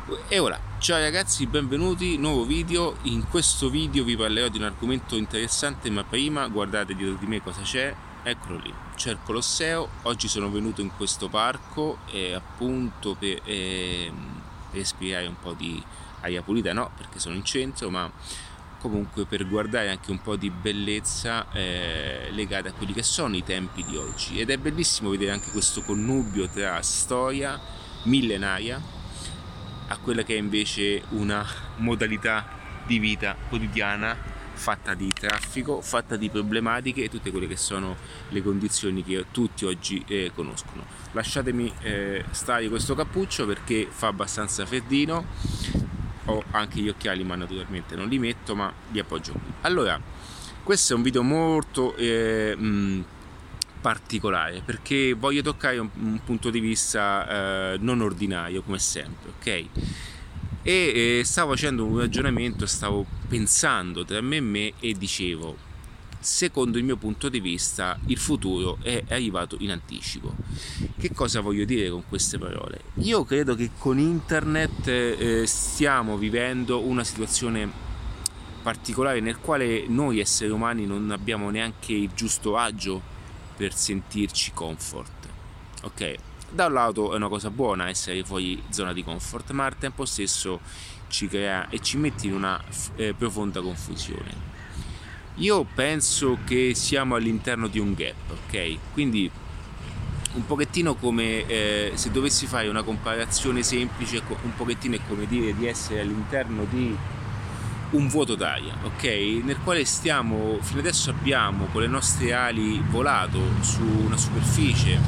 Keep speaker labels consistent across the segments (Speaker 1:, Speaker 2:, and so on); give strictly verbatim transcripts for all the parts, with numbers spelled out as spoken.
Speaker 1: E ora, ciao ragazzi, benvenuti, nuovo video. In questo video vi parlerò di un argomento interessante, ma prima guardate dietro di me cosa c'è. Eccolo lì, c'è il Colosseo. Oggi sono venuto in questo parco eh, appunto per, eh, per respirare un po' di aria pulita, no, perché sono in centro, ma comunque per guardare anche un po' di bellezza eh, legata a quelli che sono i tempi di oggi. Ed è bellissimo vedere anche questo connubio tra storia millenaria a quella che è invece una modalità di vita quotidiana fatta di traffico, fatta di problematiche e tutte quelle che sono le condizioni che tutti oggi eh, conoscono. Lasciatemi eh, stare questo cappuccio perché fa abbastanza freddino. Ho anche gli occhiali, ma naturalmente non li metto, ma li appoggio qui. Allora, questo è un video molto eh, mh, particolare perché voglio toccare un, un punto di vista eh, non ordinario, come sempre, ok? E eh, stavo facendo un ragionamento, stavo pensando tra me e me e dicevo: secondo il mio punto di vista il futuro è arrivato in anticipo. Che cosa voglio dire con queste parole? Io credo che con internet eh, stiamo vivendo una situazione particolare nel quale noi esseri umani non abbiamo neanche il giusto agio per sentirci comfort, ok? Da un lato è una cosa buona essere fuori zona di comfort, ma al tempo stesso ci crea e ci mette in una eh, profonda confusione. Io penso che siamo all'interno di un gap, ok? Quindi un pochettino come eh, se dovessi fare una comparazione semplice, un pochettino è come dire di essere all'interno di un vuoto d'aria, ok? Nel quale stiamo, fino adesso abbiamo con le nostre ali volato su una superficie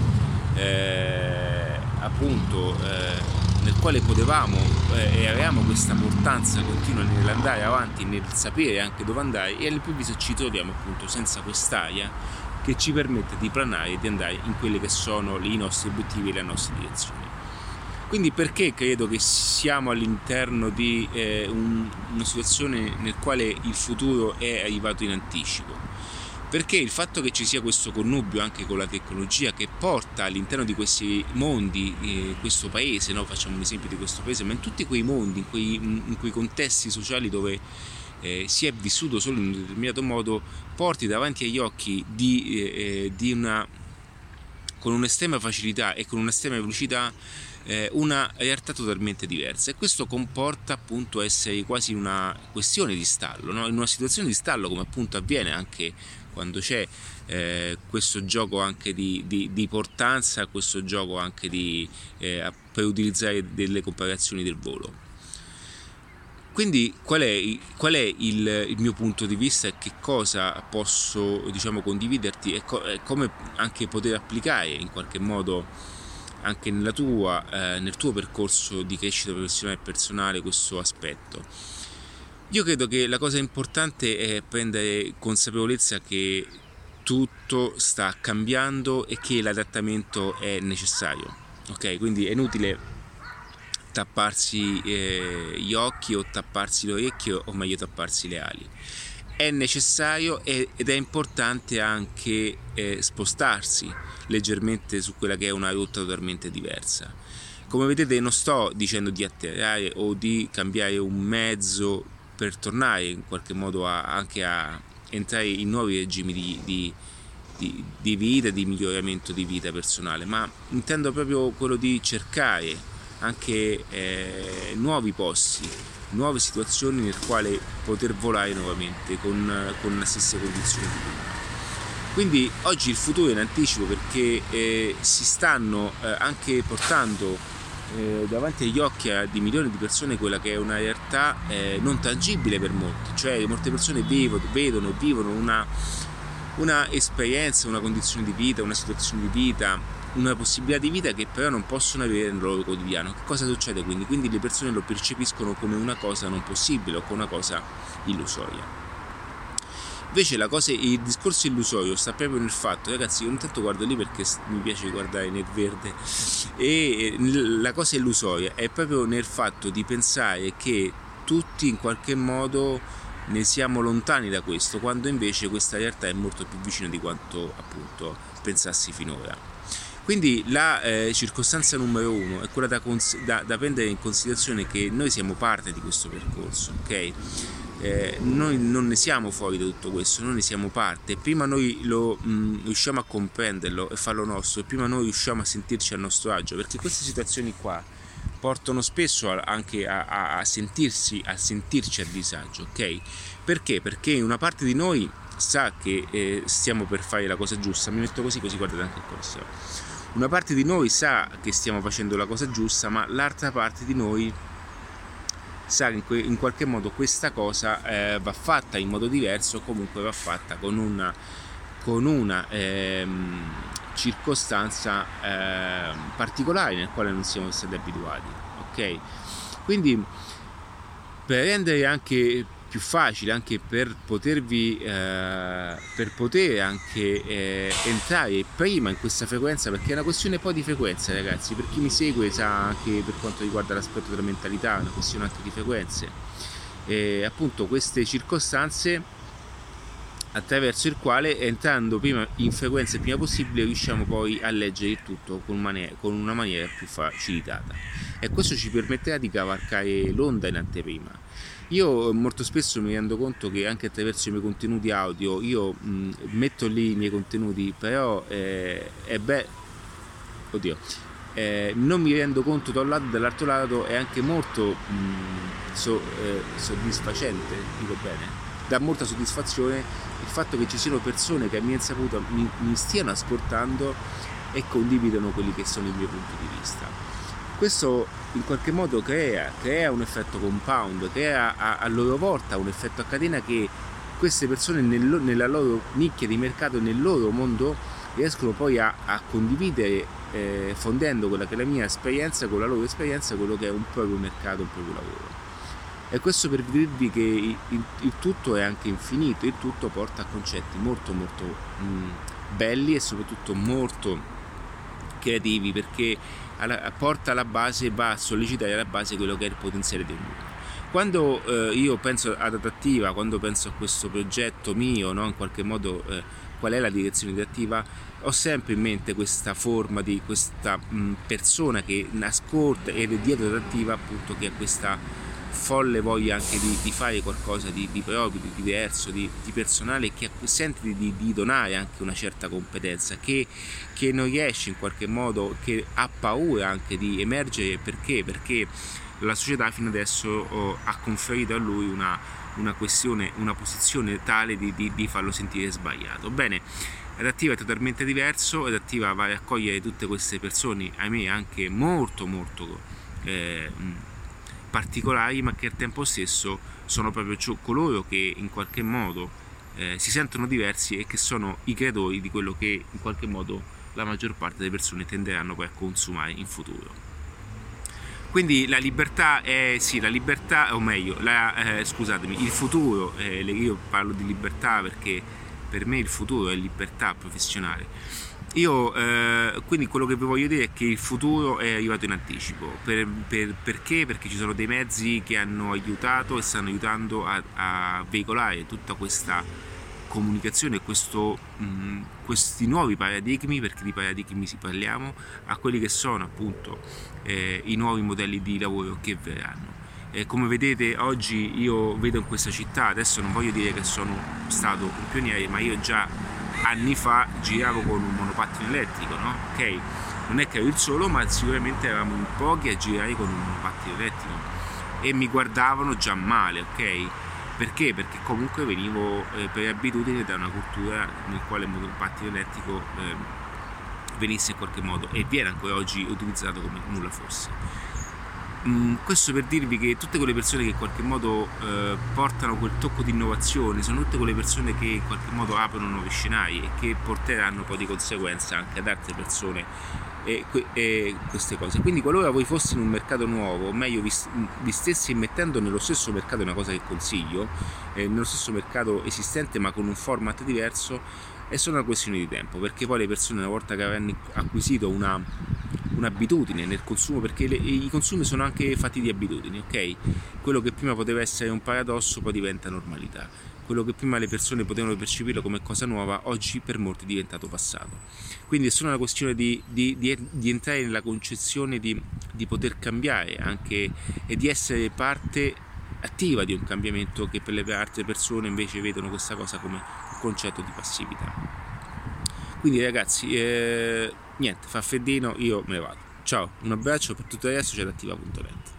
Speaker 1: eh, appunto eh, nel quale potevamo eh, e avevamo questa portanza continua nell'andare avanti, nel sapere anche dove andare, e all'improvviso ci troviamo appunto senza quest'aria che ci permette di planare e di andare in quelli che sono i nostri obiettivi e le nostre direzioni. Quindi perché credo che siamo all'interno di eh, un, una situazione nel quale il futuro è arrivato in anticipo? Perché il fatto che ci sia questo connubio anche con la tecnologia che porta all'interno di questi mondi, eh, questo paese, no? Facciamo un esempio di questo paese, ma in tutti quei mondi, in quei, in quei contesti sociali dove eh, si è vissuto solo in un determinato modo, porti davanti agli occhi di, eh, di una, con un'estrema facilità e con un'estrema velocità, una realtà totalmente diversa, e questo comporta appunto essere quasi una questione di stallo, no? In una situazione di stallo, come appunto avviene anche quando c'è eh, questo gioco anche di, di, di portanza, questo gioco anche di eh, per utilizzare delle comparazioni del volo. Quindi qual è, qual è il, il mio punto di vista e che cosa posso, diciamo, condividerti e, co- e come anche poter applicare in qualche modo anche nella tua, eh, nel tuo percorso di crescita professionale e personale questo aspetto. Io credo che la cosa importante è prendere consapevolezza che tutto sta cambiando e che l'adattamento è necessario, ok? Quindi è inutile tapparsi eh, gli occhi o tapparsi le orecchie, o meglio tapparsi le ali. È necessario ed è importante anche eh, spostarsi leggermente su quella che è una rotta totalmente diversa. Come vedete, non sto dicendo di atterrare o di cambiare un mezzo per tornare in qualche modo a, anche a entrare in nuovi regimi di, di, di, di vita, di miglioramento di vita personale, ma intendo proprio quello di cercare anche eh, nuovi posti, nuove situazioni nel quale poter volare nuovamente con, con le stesse condizioni di prima. Quindi oggi il futuro è in anticipo perché eh, si stanno eh, anche portando eh, davanti agli occhi di milioni di persone quella che è una realtà eh, non tangibile per molti, cioè molte persone vivono, vedono e vivono una, una esperienza, una condizione di vita, una situazione di vita, una possibilità di vita che però non possono avere nel loro quotidiano. Che cosa succede quindi? Quindi le persone lo percepiscono come una cosa non possibile o come una cosa illusoria. Invece la cosa, il discorso illusorio sta proprio nel fatto, ragazzi, io intanto guardo lì perché mi piace guardare nel verde, e la cosa illusoria è proprio nel fatto di pensare che tutti in qualche modo ne siamo lontani da questo, quando invece questa realtà è molto più vicina di quanto appunto pensassi finora. Quindi la eh, circostanza numero uno è quella da, cons- da, da prendere in considerazione, che noi siamo parte di questo percorso, ok? Eh, noi non ne siamo fuori da tutto questo, noi ne siamo parte. Prima noi lo mh, riusciamo a comprenderlo e farlo nostro, e prima noi riusciamo a sentirci a nostro agio, perché queste situazioni qua portano spesso a, anche a, a, a sentirsi a sentirci a disagio, ok? Perché? Perché una parte di noi sa che eh, stiamo per fare la cosa giusta. Mi metto così, così guardate anche il corso. Una parte di noi sa che stiamo facendo la cosa giusta, ma l'altra parte di noi sa che in qualche modo questa cosa eh, va fatta in modo diverso, comunque va fatta con una, con una ehm, circostanza eh, particolare nel quale non siamo stati abituati, ok? Quindi, per rendere anche più facile, anche per potervi eh, per poter anche eh, entrare prima in questa frequenza, perché è una questione poi di frequenza, ragazzi. Per chi mi segue sa anche, per quanto riguarda l'aspetto della mentalità, è una questione anche di frequenze, e appunto queste circostanze attraverso il quale, entrando prima in frequenza il prima possibile, riusciamo poi a leggere il tutto con, maniera, con una maniera più facilitata, e questo ci permetterà di cavalcare l'onda in anteprima. Io molto spesso mi rendo conto che anche attraverso i miei contenuti audio io mh, metto lì i miei contenuti, però eh, è beh, oddio, eh, non mi rendo conto da un lato, dall'altro lato è anche molto mh, so, eh, soddisfacente, dico bene, dà molta soddisfazione il fatto che ci siano persone che a mia insaputa mi, mi stiano ascoltando e condividono quelli che sono i miei punti di vista. Questo in qualche modo crea, crea un effetto compound, crea a, a loro volta un effetto a catena, che queste persone nel, nella loro nicchia di mercato, nel loro mondo, riescono poi a, a condividere, eh, fondendo quella che è la mia esperienza con la loro esperienza, quello che è un proprio mercato, un proprio lavoro. E questo per dirvi che il, il, il tutto è anche infinito, il tutto porta a concetti molto molto mh, belli e soprattutto molto creativi, perché alla, porta alla base, va a sollecitare alla base quello che è il potenziale del mondo. Quando eh, io penso ad Adattiva, quando penso a questo progetto mio, no, in qualche modo eh, qual è la direzione di Adattiva, ho sempre in mente questa forma di questa mh, persona che ascolta ed è dietro Adattiva, appunto, che ha questa folle voglia anche di, di fare qualcosa di, di proprio, di diverso, di, di personale, che sente di, di donare anche una certa competenza, che, che non riesce in qualche modo, che ha paura anche di emergere. Perché? Perché la società fino adesso oh, ha conferito a lui una, una questione, una posizione tale di, di, di farlo sentire sbagliato. Bene, Adattiva è totalmente diverso. Adattiva va a raccogliere tutte queste persone, ahimè anche molto molto eh, particolari, ma che al tempo stesso sono proprio coloro che in qualche modo eh, si sentono diversi e che sono i creatori di quello che in qualche modo la maggior parte delle persone tenderanno poi a consumare in futuro. Quindi la libertà è, sì, la libertà, o meglio, la, eh, scusatemi, il futuro, eh, io parlo di libertà perché per me il futuro è libertà professionale. Io eh, quindi quello che vi voglio dire è che il futuro è arrivato in anticipo. Per, per, perché? Perché ci sono dei mezzi che hanno aiutato e stanno aiutando a, a veicolare tutta questa comunicazione, questo, mh, questi nuovi paradigmi, perché di paradigmi si parliamo, a quelli che sono appunto eh, i nuovi modelli di lavoro che verranno. Eh, come vedete oggi io vedo in questa città, adesso non voglio dire che sono stato un pioniere, ma io già anni fa giravo con un monopattino elettrico, no? Ok? Non è che ero il solo, ma sicuramente eravamo in pochi a girare con un monopattino elettrico e mi guardavano già male, ok? Perché? Perché comunque venivo eh, per abitudine da una cultura nel quale il monopattino elettrico eh, venisse in qualche modo, e viene ancora oggi utilizzato come nulla fosse. Questo per dirvi che tutte quelle persone che in qualche modo eh, portano quel tocco di innovazione sono tutte quelle persone che in qualche modo aprono nuovi scenari e che porteranno poi di conseguenza anche ad altre persone e, e queste cose. Quindi qualora voi foste in un mercato nuovo, o meglio vi, vi stessi mettendo nello stesso mercato, è una cosa che consiglio, eh, nello stesso mercato esistente ma con un format diverso, è solo una questione di tempo, perché poi le persone, una volta che avranno acquisito una un'abitudine nel consumo, perché le, i consumi sono anche fatti di abitudini, ok? Quello che prima poteva essere un paradosso poi diventa normalità. quello che prima le persone potevano percepire come cosa nuova, oggi per molti è diventato passato. Quindi è solo una questione di, di, di, di entrare nella concezione di, di poter cambiare anche e di essere parte attiva di un cambiamento, che per le altre persone invece vedono questa cosa come un concetto di passività. Quindi ragazzi, eh, niente, fa freddino, io me ne vado. Ciao, un abbraccio per tutti gli associati attiva punto net.